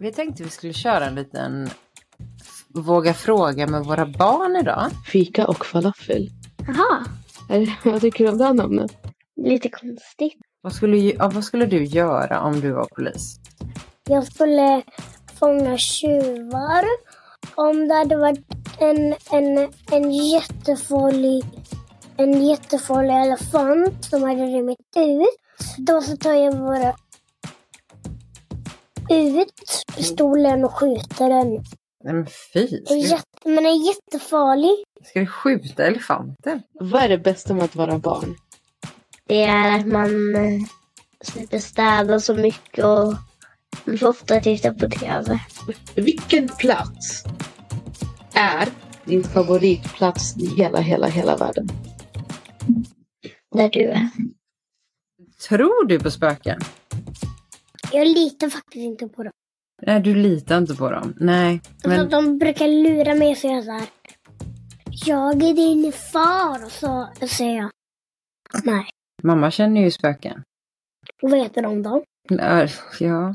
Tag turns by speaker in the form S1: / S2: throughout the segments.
S1: Vi tänkte vi skulle köra en liten våga fråga med våra barn idag.
S2: Fika och falafel.
S3: Jaha.
S2: Vad tycker du om det namnet?
S3: Lite konstigt.
S1: Vad skulle du göra om du var polis?
S3: Jag skulle fånga tjuvar. Om det hade varit en jättefarlig elefant som hade rymt ut. Då så tar jag bara ut pistolen och skjuter den.
S1: Nej men fy.
S3: Men den är jättefarlig.
S1: Ska du skjuta elefanter?
S2: Vad är det bästa med att vara barn?
S3: Det är att man slipper städa så mycket och man får ofta titta på TV.
S2: Vilken plats är din favoritplats i hela världen?
S3: Där du är.
S1: Tror du på spöken?
S3: Jag litar faktiskt inte på dem.
S1: Nej, du litar inte på dem. Nej. Men...
S3: Alltså, de brukar lura mig och säga så här. Jag är din far. Och så säger jag. Nej.
S1: Mamma känner ju spöken.
S3: Och vad heter de då?
S1: Ja.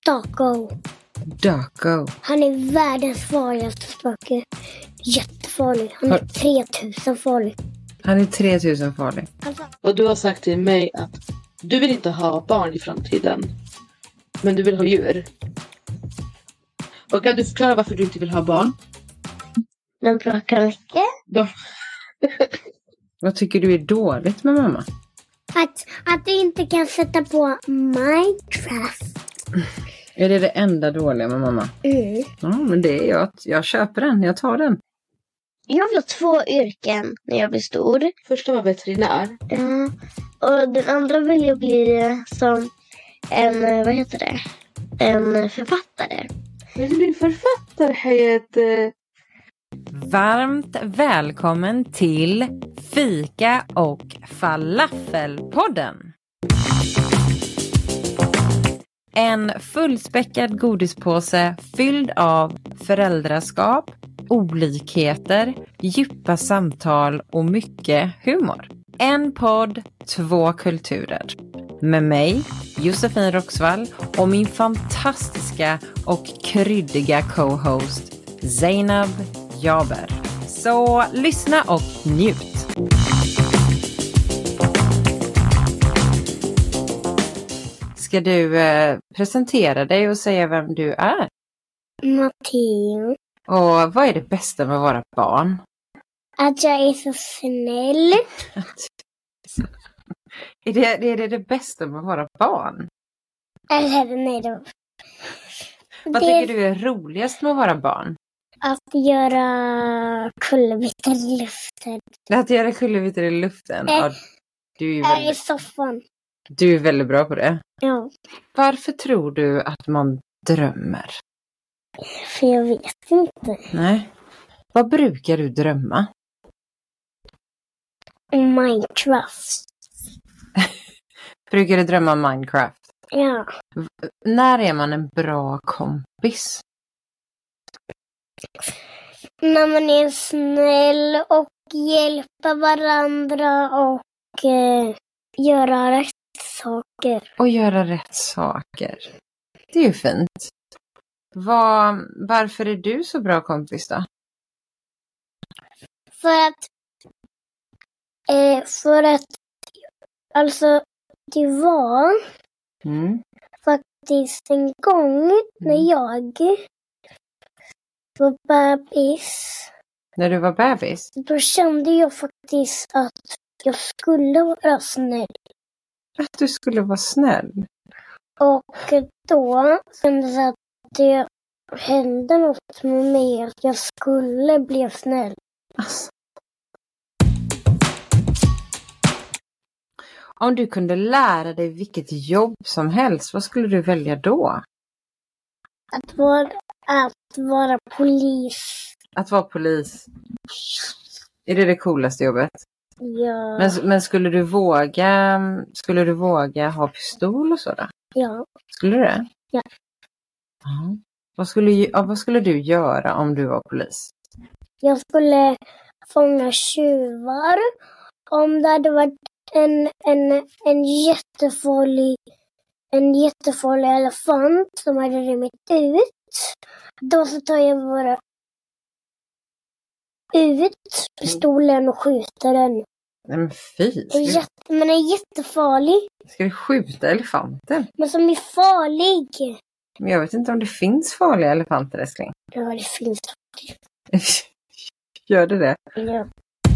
S1: Daco.
S3: Han är världens farligaste spöke. Jättefarlig. Han är 3000 farlig.
S1: Han är 3000 farlig.
S3: Alltså...
S2: Och du har sagt till mig att du vill inte ha barn i framtiden. Men du vill ha djur. Och kan du förklara varför du inte vill ha barn?
S3: De bråkar mycket.
S1: Vad tycker du är dåligt med mamma?
S3: Att du inte kan sätta på Minecraft.
S1: Är det enda dåliga med mamma?
S3: Mm.
S1: Ja, men det är jag. Jag köper den. Jag tar den.
S3: Jag vill ha 2 yrken när jag blir stor.
S2: Första var veterinär.
S3: Ja. Och den andra vill jag bli som en författare.
S2: Vill du bli författare, Hayat?
S1: Varmt välkommen till Fika och Falafelpodden. En fullspäckad godispåse fylld av föräldraskap, olikheter, djupa samtal och mycket humor. En podd, 2 kulturer. Med mig, Josefin Roxvall, och min fantastiska och kryddiga co-host Zainab Jaber. Så lyssna och njut. Ska du presentera dig och säga vem du är?
S3: Matteo.
S1: Och vad är det bästa med våra barn?
S3: Att jag är så snäll.
S1: Är det bästa med våra barn?
S3: Eller nej då.
S1: Vad tycker du är roligast med våra barn?
S3: Att göra kullerbyttor i luften.
S1: Att göra kullerbyttor i luften? Ja,
S3: I soffan.
S1: Du är väldigt bra på det.
S3: Ja.
S1: Varför tror du att man drömmer?
S3: För jag vet inte.
S1: Nej. Vad brukar du drömma?
S3: Minecraft.
S1: Brukar du drömma Minecraft?
S3: Ja.
S1: När är man en bra kompis?
S3: När man är snäll och hjälper varandra och göra rätt saker.
S1: Och göra rätt saker. Det är ju fint. Varför är du så bra kompis då?
S3: För att alltså det var faktiskt en gång när jag var bebis.
S1: När du var bebis?
S3: Då kände jag faktiskt att jag skulle vara snäll.
S1: Att du skulle vara snäll?
S3: Och då kändes det att det hände något med mig. Att jag skulle bli snäll.
S1: Alltså. Om du kunde lära dig vilket jobb som helst, vad skulle du välja då?
S3: Att vara polis.
S1: Att vara polis. Är det coolaste jobbet?
S3: Ja.
S1: Men skulle du våga ha pistol och sådär?
S3: Ja.
S1: Skulle du det?
S3: Ja.
S1: Ja. Vad skulle du göra om du var polis?
S3: Jag skulle fånga tjuvar. Om det hade varit en jättefarlig en jättefarlig elefant som hade rymt ut. Då så tar jag bara ut pistolen och skjuter den.
S1: Men fy.
S3: Men den är jättefarlig.
S1: Ska du skjuta elefanter?
S3: Men som är farlig.
S1: Men jag vet inte om det finns farliga elefanter, älskling.
S3: Ja, det finns faktiskt.
S1: Gör det?
S3: Ja.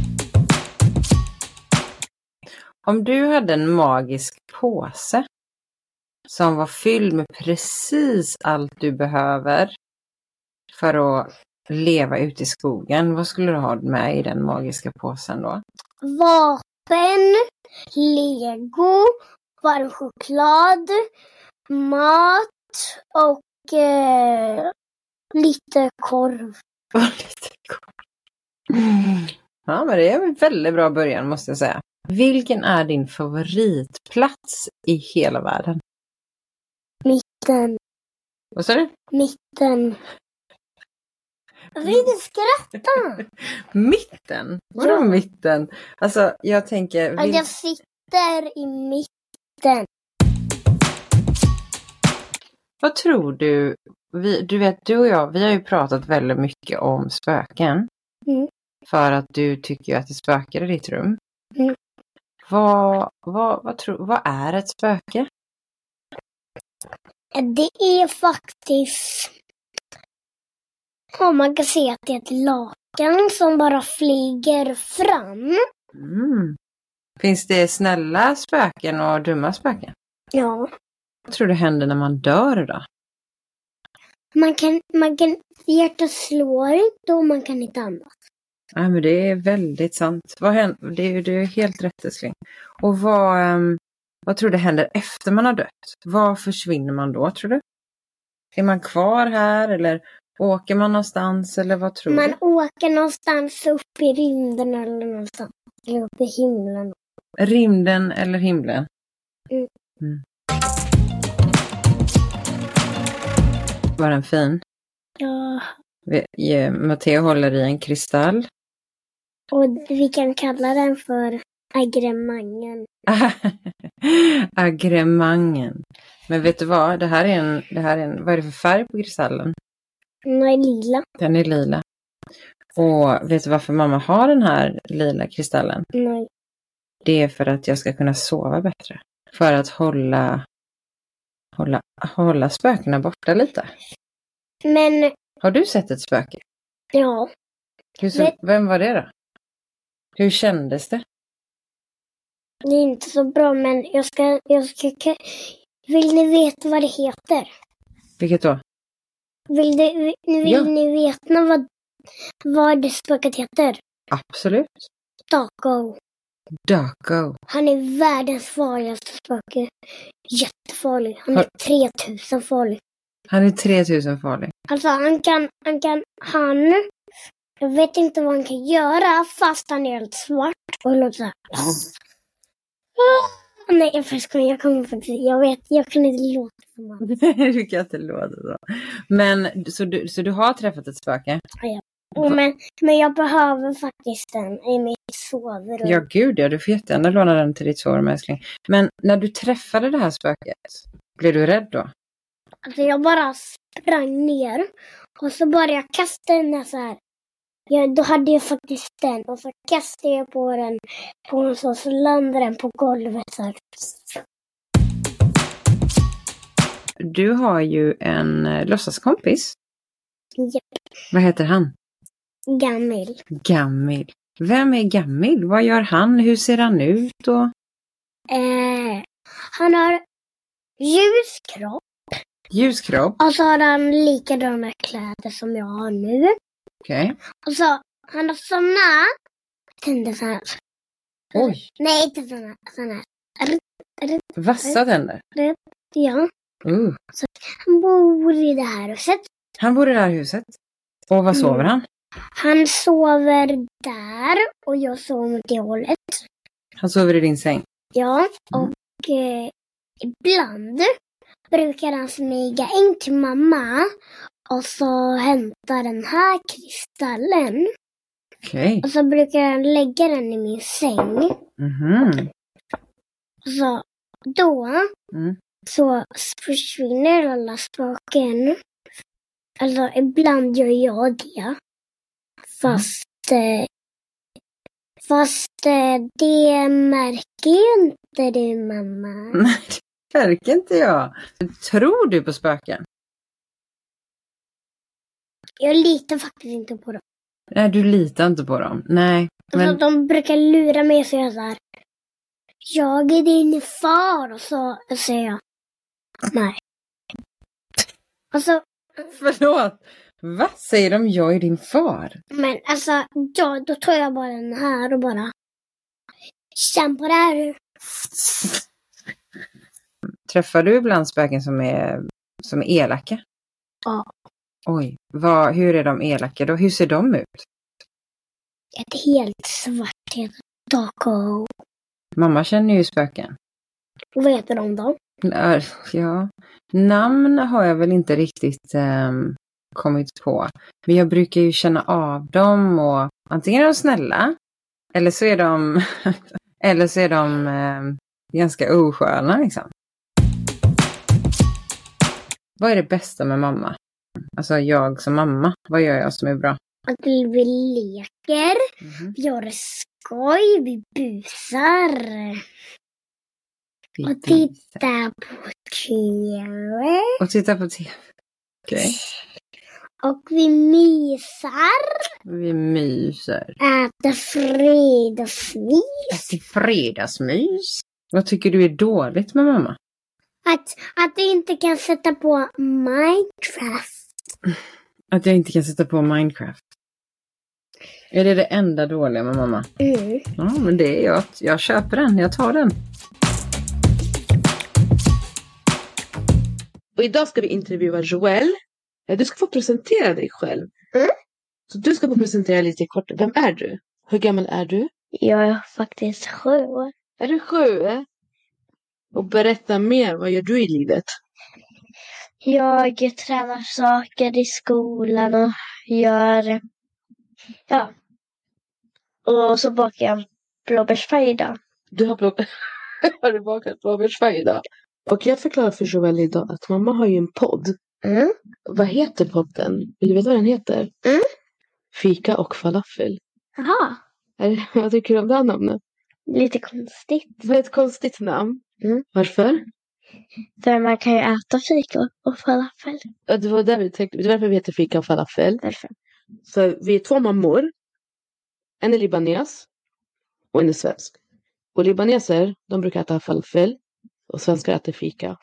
S1: Om du hade en magisk påse som var fylld med precis allt du behöver för att leva ute i skogen, vad skulle du ha med i den magiska påsen då?
S3: Vapen, lego, varm choklad, mat och lite korv.
S1: Ja, men det är en väldigt bra början, måste jag säga. Vilken är din favoritplats i hela världen?
S3: Mitten.
S1: Vad sa du?
S3: Mitten. Jag vill inte skratta.
S1: Mitten? Vadå
S3: Ja.
S1: mitten? Alltså, jag tänker...
S3: Att jag sitter i mitten.
S1: Vad tror du? Du vet, du och jag, vi har ju pratat väldigt mycket om spöken.
S3: Mm.
S1: För att du tycker att det spökar i ditt rum.
S3: Mm.
S1: Vad är ett spöke?
S3: Det är faktiskt... Ja, man kan se att det är ett lakan som bara flyger fram.
S1: Mm. Finns det snälla spöken och dumma spöken?
S3: Ja.
S1: Vad tror du händer när man dör då?
S3: Man kan hjärtat slår inte och man kan inte andas.
S1: Ja, men det är väldigt sant. Vad händer? Det är helt rätt, älskling. Och vad tror du händer efter man har dött? Var försvinner man då, tror du? Är man kvar här eller åker man någonstans eller vad tror du?
S3: Man åker någonstans upp i rymden eller någonstans. Eller upp i himlen.
S1: Rymden eller himlen?
S3: Mm.
S1: Mm. Var den fin?
S3: Ja.
S1: Matteo håller i en kristall.
S3: Och vi kan kalla den för agremangen.
S1: Agremangen. Men vet du vad? Det här är en, vad är det för färg på kristallen?
S3: Den är lila.
S1: Den är lila. Och vet du varför mamma har den här lila kristallen?
S3: Nej.
S1: Det är för att jag ska kunna sova bättre. För att hålla spökena borta lite.
S3: Men
S1: Har du sett ett spöke?
S3: ja.
S1: Vem var det då? Hur kändes det?
S3: Det är inte så bra, men jag ska... Vill ni veta vad det heter?
S1: Vilket då?
S3: Vill ni veta vad det spöket heter?
S1: Absolut.
S3: Daco.
S1: Daco.
S3: Han är världens farligaste spöke. Jättefarlig. Han är 3000 farlig.
S1: Han är 3000 farlig.
S3: Alltså jag vet inte vad han kan göra fast han är helt svart och låter så här. Nej, jag kommer faktiskt, jag kan inte låta som han.
S1: Du kan inte låta så. Men, så du har träffat ett spöke?
S3: Ja. Men jag behöver faktiskt den i mitt sovrum.
S1: Ja, gud ja, du får jättegärna låna den till ditt sovrum, älskling. Men när du träffade det här spöket, blev du rädd då?
S3: Alltså jag bara sprang ner och så började jag kasta den så här. Ja, då hade jag faktiskt den och så kastade jag på den på en så landade den på golvet så här.
S1: Du har ju en låtsaskompis.
S3: Japp.
S1: Vad heter han?
S3: Gamil.
S1: Gamil. Vem är Gamil? Vad gör han? Hur ser han ut då?
S3: Han har ljus kropp.
S1: Ljus kropp?
S3: Och så har han likadana kläder som jag har nu.
S1: Okej.
S3: Och så han har såna tänder så här.
S1: Oj.
S3: Nej, inte såna här.
S1: Vassa tänder?
S3: Ja. Så han bor i det här huset.
S1: Han bor i det här huset. Och vad sover han?
S3: Han sover där och jag sover åt det hållet.
S1: Han sover i din säng?
S3: Ja, och ibland brukar han smyga in till mamma och så hämta den här kristallen.
S1: Okej.
S3: Och så brukar han lägga den i min säng.
S1: Mhm.
S3: Och så då så försvinner alla spöken. Alltså ibland gör jag det. Fast det märker ju inte du, mamma.
S1: Nej, det märker inte jag. Tror du på spöken?
S3: Jag litar faktiskt inte på dem.
S1: Nej, du litar inte på dem. Nej. Men...
S3: Alltså, de brukar lura mig och säga så här. Jag är din far. Och så säger jag. Nej. Alltså.
S1: Förlåt. Vad säger de? Jag är din far.
S3: Men alltså, då tar jag bara den här och bara. Känn på det här.
S1: Träffar du ibland spöken som är elaka?
S3: Ja.
S1: Oj, hur är de elaka då? Hur ser de ut?
S3: Ett helt svart taco.
S1: Mamma känner ju spöken.
S3: Och vad heter de då?
S1: Ja, namn har jag väl inte riktigt kommit på. Men jag brukar ju känna av dem och antingen är de snälla eller så är de ganska osköna liksom. Vad är det bästa med mamma? Alltså jag som mamma, vad gör jag som är bra?
S3: Att vi leker, vi gör skoj, vi busar. Och tittar på TV.
S1: Och tittar på TV. Okej.
S3: Och vi mysar.
S1: Vi myser.
S3: Äter fredagsmys.
S1: Äter fredagsmys. Vad tycker du är dåligt med mamma?
S3: Att du inte kan sätta på Minecraft.
S1: Att jag inte kan sätta på Minecraft. Är det enda dåliga med mamma?
S3: Mm.
S1: Ja, men det är jag köper den, jag tar den.
S2: Och idag ska vi intervjua Joelle. Du ska få presentera dig själv.
S3: Mm.
S2: Så du ska få presentera lite kort. Vem är du? Hur gammal är du?
S3: Jag är faktiskt 7 år.
S2: Är du 7? Och berätta mer, vad gör du i livet?
S3: Jag tränar saker i skolan och gör... Ja. Och så bakar jag blåbärsfärg idag.
S2: Du har du bakat blåbärsfärg idag? Och jag förklarar för Joelle idag att mamma har ju en podd.
S3: Mm.
S2: Vad heter podden? Vill du veta vad den heter?
S3: Mm.
S2: Fika och falafel.
S3: Jaha.
S2: Vad tycker du om det här namnet?
S3: Lite konstigt.
S2: Det är ett konstigt namn.
S3: Mm.
S2: Varför?
S3: För man kan ju äta fika och falafel.
S2: Ja, det var där vi tänkte. Det är därför vi heter Fika och falafel.
S3: Därför.
S2: Så vi är 2 mammor. En är libanes och en är svensk. Och libaneser, de brukar äta falafel. Och svenskar äter fika.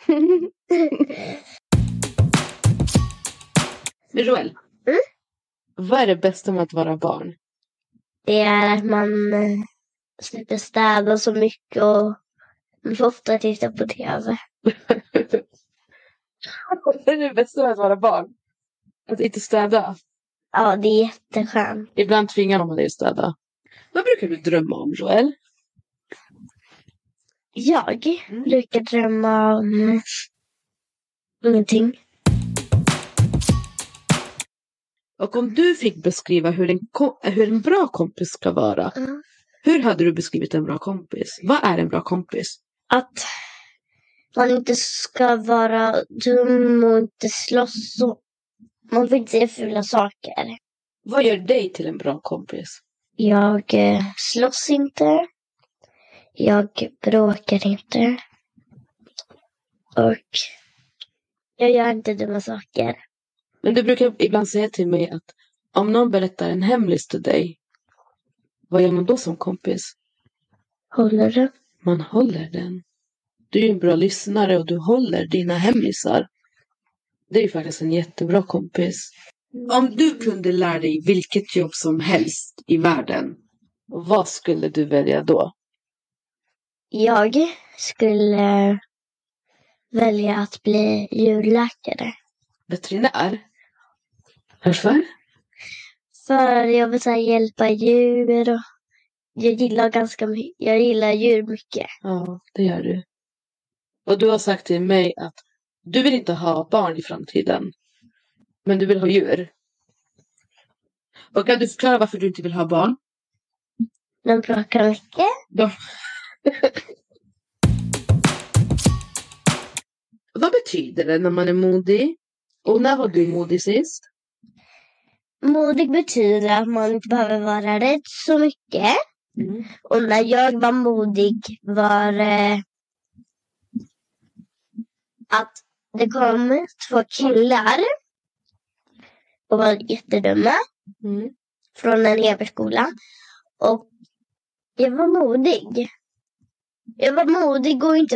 S2: Men Joelle.
S3: Mm?
S2: Vad är det bästa med att vara barn?
S3: Det är att man slipper städa så mycket och man får ofta titta på TV.
S2: Vad är det bästa med att vara barn? Att inte städa?
S3: Ja, det är jätteskönt.
S2: Ibland tvingar de dig att städa. Vad brukar du drömma om, Joelle?
S3: Jag brukar drömma om ingenting.
S2: Och om du fick beskriva hur en bra kompis ska vara. Hur hade du beskrivit en bra kompis? Vad är en bra kompis?
S3: Att man inte ska vara dum och inte slåss. Och man får inte säga fula saker.
S2: Vad gör dig till en bra kompis?
S3: Jag slåss inte. Jag bråkar inte. Och jag gör inte dumma saker.
S2: Men du brukar ibland säga till mig att om någon berättar en hemlis till dig, vad gör man då som kompis?
S3: Håller du?
S2: Man håller den. Du är en bra lyssnare och du håller dina hemlisar. Det är ju faktiskt en jättebra kompis. Om du kunde lära dig vilket jobb som helst i världen, vad skulle du välja då?
S3: Jag skulle välja att bli djurläkare.
S2: Veterinär? Varför?
S3: För jag vill hjälpa djur och jag gillar djur mycket.
S2: Ja, det gör du. Och du har sagt till mig att du vill inte ha barn i framtiden. Men du vill ha djur. Och kan du förklara varför du inte vill ha barn?
S3: De bråkar mycket.
S2: Vad betyder det när man är modig? Och när var du modig sist?
S3: Modig betyder att man inte behöver vara rädd så mycket. Och när jag var modig var att det kom 2 killar och var jättedumma från en elevskola. Och jag var modig. Jag var modig och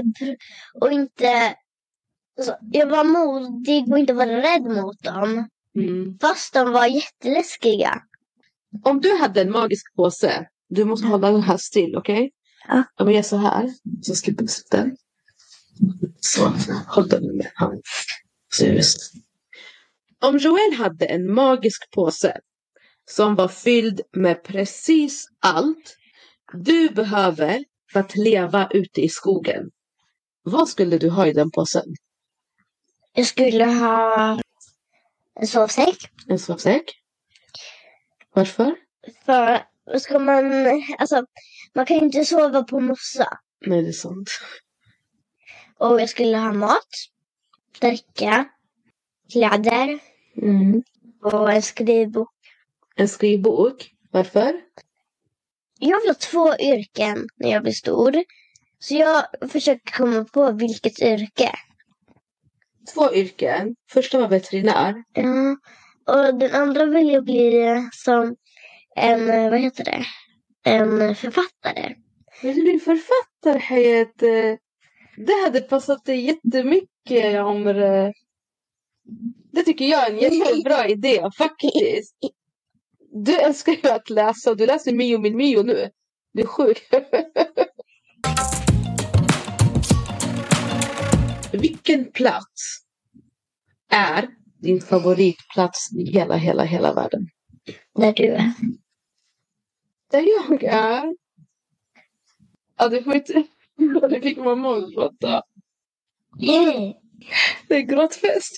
S3: inte var rädd mot dem. Fast de var jätteläskiga.
S2: Om du hade en magisk påse, du måste hålla den här still, okej?
S3: Ja.
S2: Om jag gör så här, så slipper du sätta den. Så, håll den med hand. Seriöst. Om Joel hade en magisk påse som var fylld med precis allt du behöver för att leva ute i skogen, vad skulle du ha i den påsen?
S3: Jag skulle ha en sovsäck.
S2: En sovsäck? Varför?
S3: För ska man kan ju inte sova på mossa.
S2: Nej, det är sant.
S3: Och jag skulle ha mat, dricka, kläder och en skrivbok.
S2: En skrivbok? Varför?
S3: Jag vill ha 2 yrken när jag blir stor. Så jag försöker komma på vilket yrke.
S2: 2 yrken. Första var veterinär.
S3: Ja, och den andra vill jag bli som en författare.
S2: Vill du bli författare, Hayat? Det hade passat dig jättemycket om det. Det tycker jag är en jättebra idé, faktiskt. Du älskar ju att läsa. Du läser Mio min Mio nu. Det är sjukt. Vilken plats är din favoritplats i hela världen?
S3: Där du är.
S2: Där jag är? Ja, det får inte... Det fick mamma att gråta. Det är gråtfest.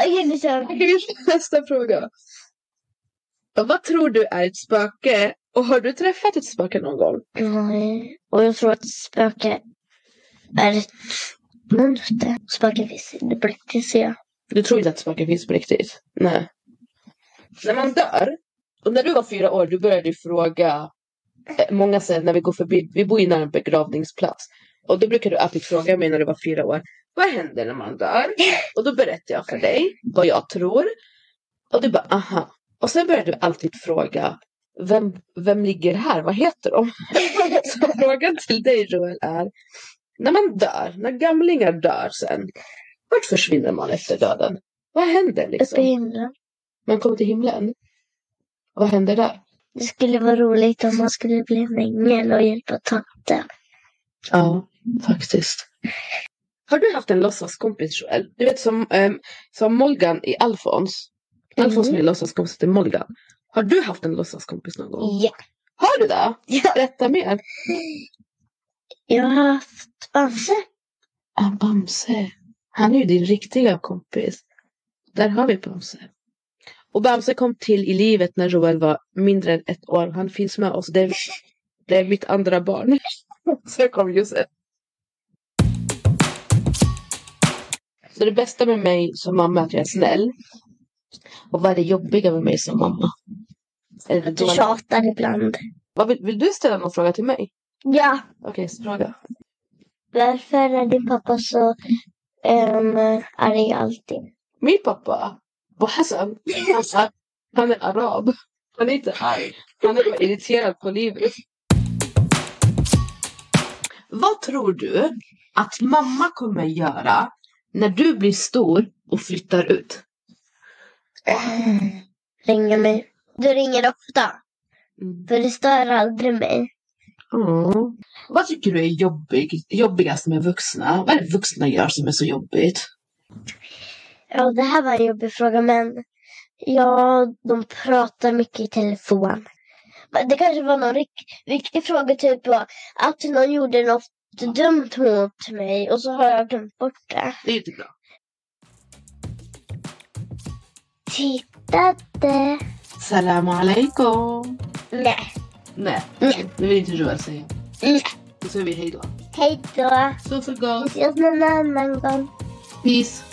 S2: Nästa fråga. Vad tror du är ett spöke? Och har du träffat ett spöke någon gång?
S3: Nej. Och jag tror att spöke är ett monster. Spöke finns inte på riktigt, ser jag.
S2: Du tror inte att spöke finns på riktigt? Nej. När man dör, och när du var 4 år, du började fråga, många säger när vi går förbi, vi bor i nära en begravningsplats. Och då brukar du alltid fråga mig när du var 4 år, vad händer när man dör? Och då berättar jag för dig vad jag tror. Och du bara, aha. Och sen börjar du alltid fråga, vem ligger här? Vad heter de? Så frågan till dig, Joel, är, när man dör, när gamlingar dör sen, vart försvinner man efter döden? Vad händer liksom?
S3: Uppe i himlen.
S2: Man kommer till himlen. Vad händer där?
S3: Det skulle vara roligt om man skulle bli en ängel och hjälpa tanten.
S2: Ja, faktiskt. Har du haft en låtsaskompis, Joel? Du vet som Molgan i Alfons. Alfons är låtsaskompis till Molgan. Har du haft en låtsaskompis någon gång?
S3: Ja.
S2: Har du det?
S3: Ja.
S2: Berätta mer.
S3: Jag har haft Bamse.
S2: Bamse. Han är ju din riktiga kompis. Där har vi Bamse. Och Bamse kom till i livet när Joel var mindre än 1 år. Han finns med oss. Det är mitt andra barn. Så kom Josef. Så det bästa med mig som mamma är att jag är snäll. Och vad är det jobbiga med mig som mamma?
S3: Du tjatar ibland.
S2: Vill du ställa någon fråga till mig?
S3: Ja.
S2: Okej, fråga.
S3: Varför är din pappa så arg alltid?
S2: Min pappa? Hassan? Han är arab. Han är inte arg. Han är bara irriterad på livet. Vad tror du att mamma kommer göra när du blir stor och flyttar ut?
S3: Ringa mig. Du ringer ofta. För det stör aldrig mig.
S2: Vad tycker du är jobbigast med vuxna? Vad är det vuxna gör som är så jobbigt?
S3: Ja, det här var en jobbig fråga, men de pratar mycket i telefon. Det kanske var någon viktig fråga, typ att någon gjorde något dumt mot mig och så har jag glömt bort det.
S2: Det är inte bra.
S3: Tittade.
S2: Salam alaikum.
S3: Nej.
S2: Det vill inte Joel säga.
S3: Nej.
S2: Då säger vi hej då.
S3: Hej då.
S2: Så gott.
S3: Vi ses någon annan gång.
S2: Peace.